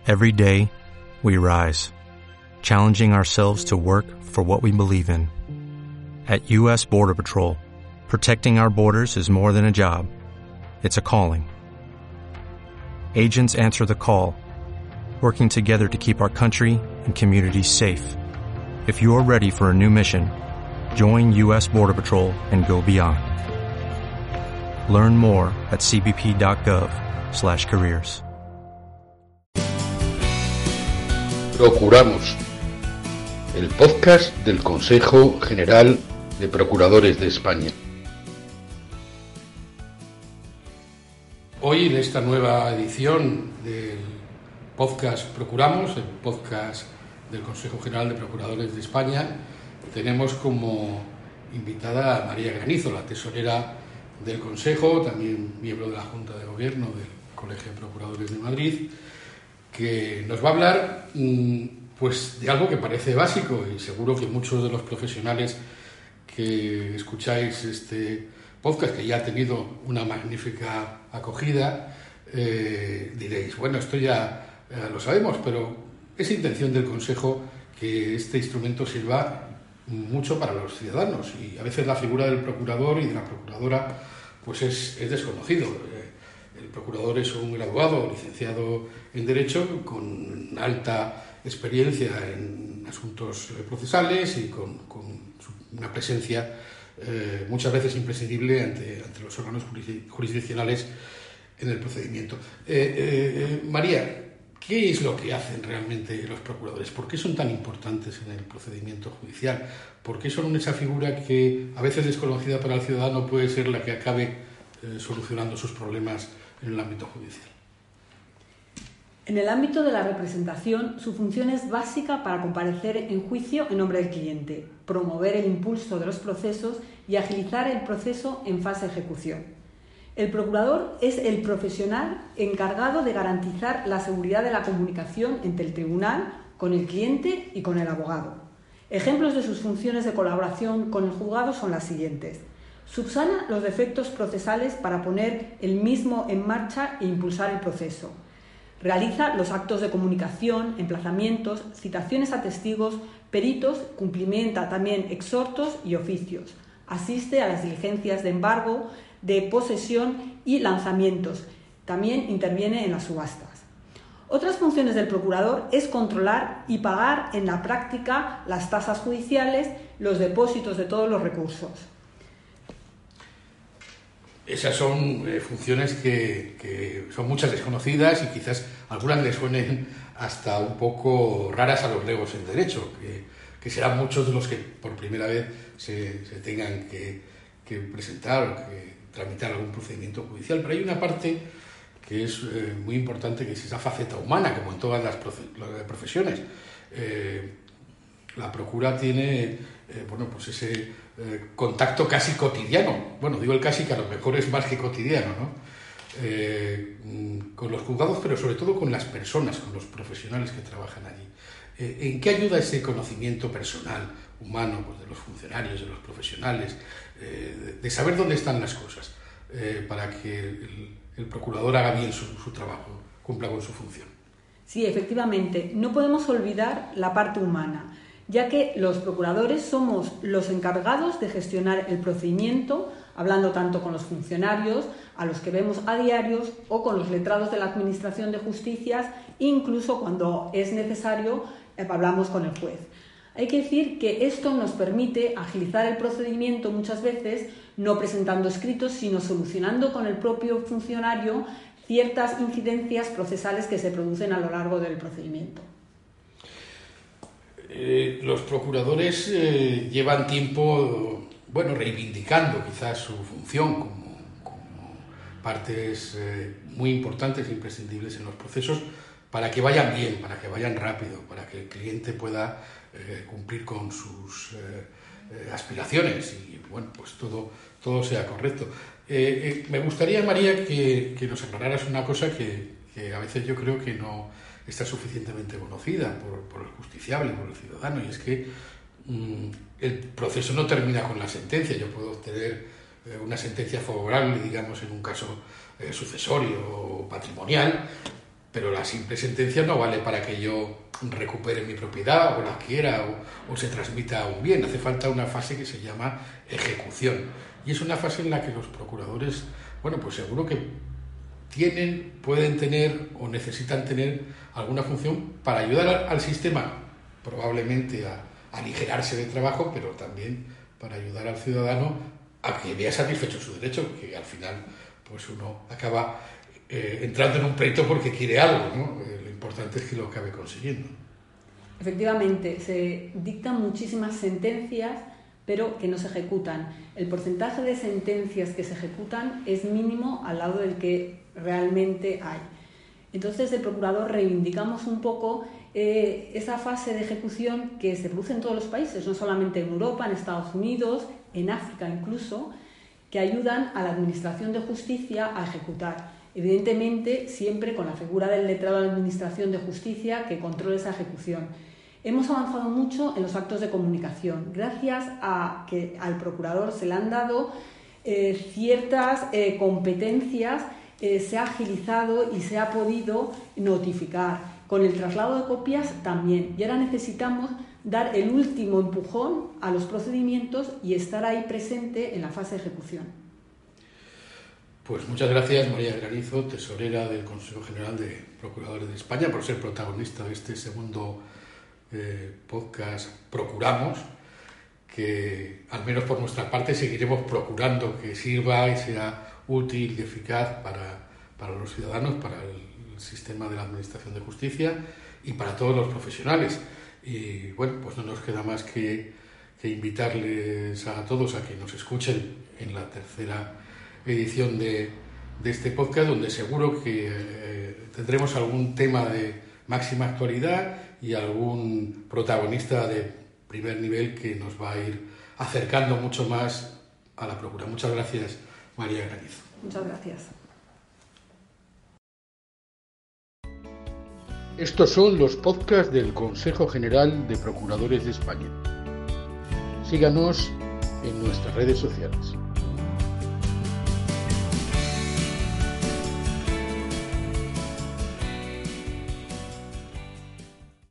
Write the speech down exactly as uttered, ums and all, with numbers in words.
Every day, we rise, challenging ourselves to work for what we believe in. At U S Border Patrol, protecting our borders is more than a job. It's a calling. Agents answer the call, working together to keep our country and communities safe. If you're ready for a new mission, join U S Border Patrol and go beyond. Learn more at c b p dot gov slash careers. Procuramos, el podcast del Consejo General de Procuradores de España. Hoy, en esta nueva edición del podcast Procuramos, el podcast del Consejo General de Procuradores de España, tenemos como invitada a María Granizo, la tesorera del Consejo, también miembro de la Junta de Gobierno del Colegio de Procuradores de Madrid, que nos va a hablar pues de algo que parece básico, y seguro que muchos de los profesionales que escucháis este podcast, que ya ha tenido una magnífica acogida, eh, diréis, bueno, esto ya eh, lo sabemos, pero es intención del Consejo que este instrumento sirva mucho para los ciudadanos, y a veces la figura del procurador y de la procuradora pues es, es desconocido. El procurador es un graduado, licenciado en Derecho, con alta experiencia en asuntos procesales y con, con una presencia eh, muchas veces imprescindible ante, ante los órganos jurisdiccionales en el procedimiento. Eh, eh, María, ¿qué es lo que hacen realmente los procuradores? ¿Por qué son tan importantes en el procedimiento judicial? ¿Por qué son esa figura que, a veces desconocida para el ciudadano, puede ser la que acabe eh, solucionando sus problemas en el ámbito judicial? En el ámbito de la representación, su función es básica para comparecer en juicio en nombre del cliente, promover el impulso de los procesos y agilizar el proceso en fase de ejecución. El procurador es el profesional encargado de garantizar la seguridad de la comunicación entre el tribunal, con el cliente y con el abogado. Ejemplos de sus funciones de colaboración con el juzgado son las siguientes: subsana los defectos procesales para poner el mismo en marcha e impulsar el proceso. Realiza los actos de comunicación, emplazamientos, citaciones a testigos, peritos, cumplimenta también exhortos y oficios. Asiste a las diligencias de embargo, de posesión y lanzamientos. También interviene en las subastas. Otras funciones del procurador es controlar y pagar en la práctica las tasas judiciales, los depósitos de todos los recursos. Esas son eh, funciones que, que son muchas desconocidas, y quizás algunas les suenen hasta un poco raras a los legos en derecho, que, que serán muchos de los que por primera vez se, se tengan que, que presentar o que tramitar algún procedimiento judicial. Pero hay una parte que es eh, muy importante, que es esa faceta humana, como en todas las profe- las profesiones. Eh, la procura tiene eh, bueno, pues ese eh, contacto casi cotidiano. Bueno, digo el casi, que a lo mejor es más que cotidiano, ¿no? Eh, con los juzgados, pero sobre todo con las personas, con los profesionales que trabajan allí. Eh, ¿En qué ayuda ese conocimiento personal, humano, pues de los funcionarios, de los profesionales, eh, de, de saber dónde están las cosas, eh, para que el, el procurador haga bien su, su trabajo, cumpla con su función? Sí, efectivamente, no podemos olvidar la parte humana, ya que los procuradores somos los encargados de gestionar el procedimiento, hablando tanto con los funcionarios, a los que vemos a diarios, o con los letrados de la Administración de Justicias, incluso cuando es necesario, eh, hablamos con el juez. Hay que decir que esto nos permite agilizar el procedimiento muchas veces, no presentando escritos, sino solucionando con el propio funcionario ciertas incidencias procesales que se producen a lo largo del procedimiento. Eh, los procuradores eh, llevan tiempo, bueno, reivindicando quizás su función como, como partes eh, muy importantes e imprescindibles en los procesos, para que vayan bien, para que vayan rápido, para que el cliente pueda eh, cumplir con sus eh, eh, aspiraciones y, bueno, pues todo, todo sea correcto. Eh, eh, me gustaría, María, que, que nos aclararas una cosa que, que a veces yo creo que no está suficientemente conocida por, por el justiciable, por el ciudadano, y es que mmm, el proceso no termina con la sentencia. Yo puedo obtener eh, una sentencia favorable, digamos, en un caso eh, sucesorio o patrimonial, pero la simple sentencia no vale para que yo recupere mi propiedad o la adquiera o, o se transmita un bien. Hace falta una fase que se llama ejecución. Y es una fase en la que los procuradores, bueno, pues seguro que tienen, pueden tener o necesitan tener alguna función para ayudar al, al sistema, probablemente a, a aligerarse de trabajo, pero también para ayudar al ciudadano a que vea satisfecho su derecho, que al final pues uno acaba eh, entrando en un pleito porque quiere algo, ¿no? Eh, lo importante es que lo acabe consiguiendo. Efectivamente, se dictan muchísimas sentencias, pero que no se ejecutan. El porcentaje de sentencias que se ejecutan es mínimo al lado del que realmente hay. Entonces, el procurador reivindicamos un poco eh, esa fase de ejecución que se produce en todos los países, no solamente en Europa, en Estados Unidos, en África incluso, que ayudan a la Administración de Justicia a ejecutar. Evidentemente, siempre con la figura del letrado de la Administración de Justicia que controle esa ejecución. Hemos avanzado mucho en los actos de comunicación, gracias a que al procurador se le han dado eh, ciertas eh, competencias, eh, se ha agilizado y se ha podido notificar. Con el traslado de copias también. Y ahora necesitamos dar el último empujón a los procedimientos y estar ahí presente en la fase de ejecución. Pues muchas gracias, María Granizo, tesorera del Consejo General de Procuradores de España, por ser protagonista de este segundo eh, podcast Procuramos, que al menos por nuestra parte seguiremos procurando que sirva y sea útil y eficaz para, para los ciudadanos, para el sistema de la Administración de Justicia y para todos los profesionales. Y bueno, pues no nos queda más que, que invitarles a todos a que nos escuchen en la tercera edición de, de este podcast, donde seguro que eh, tendremos algún tema de máxima actualidad y algún protagonista de primer nivel que nos va a ir acercando mucho más a la Procura. Muchas gracias, María Granizo. Muchas gracias. Estos son los podcasts del Consejo General de Procuradores de España. Síganos en nuestras redes sociales.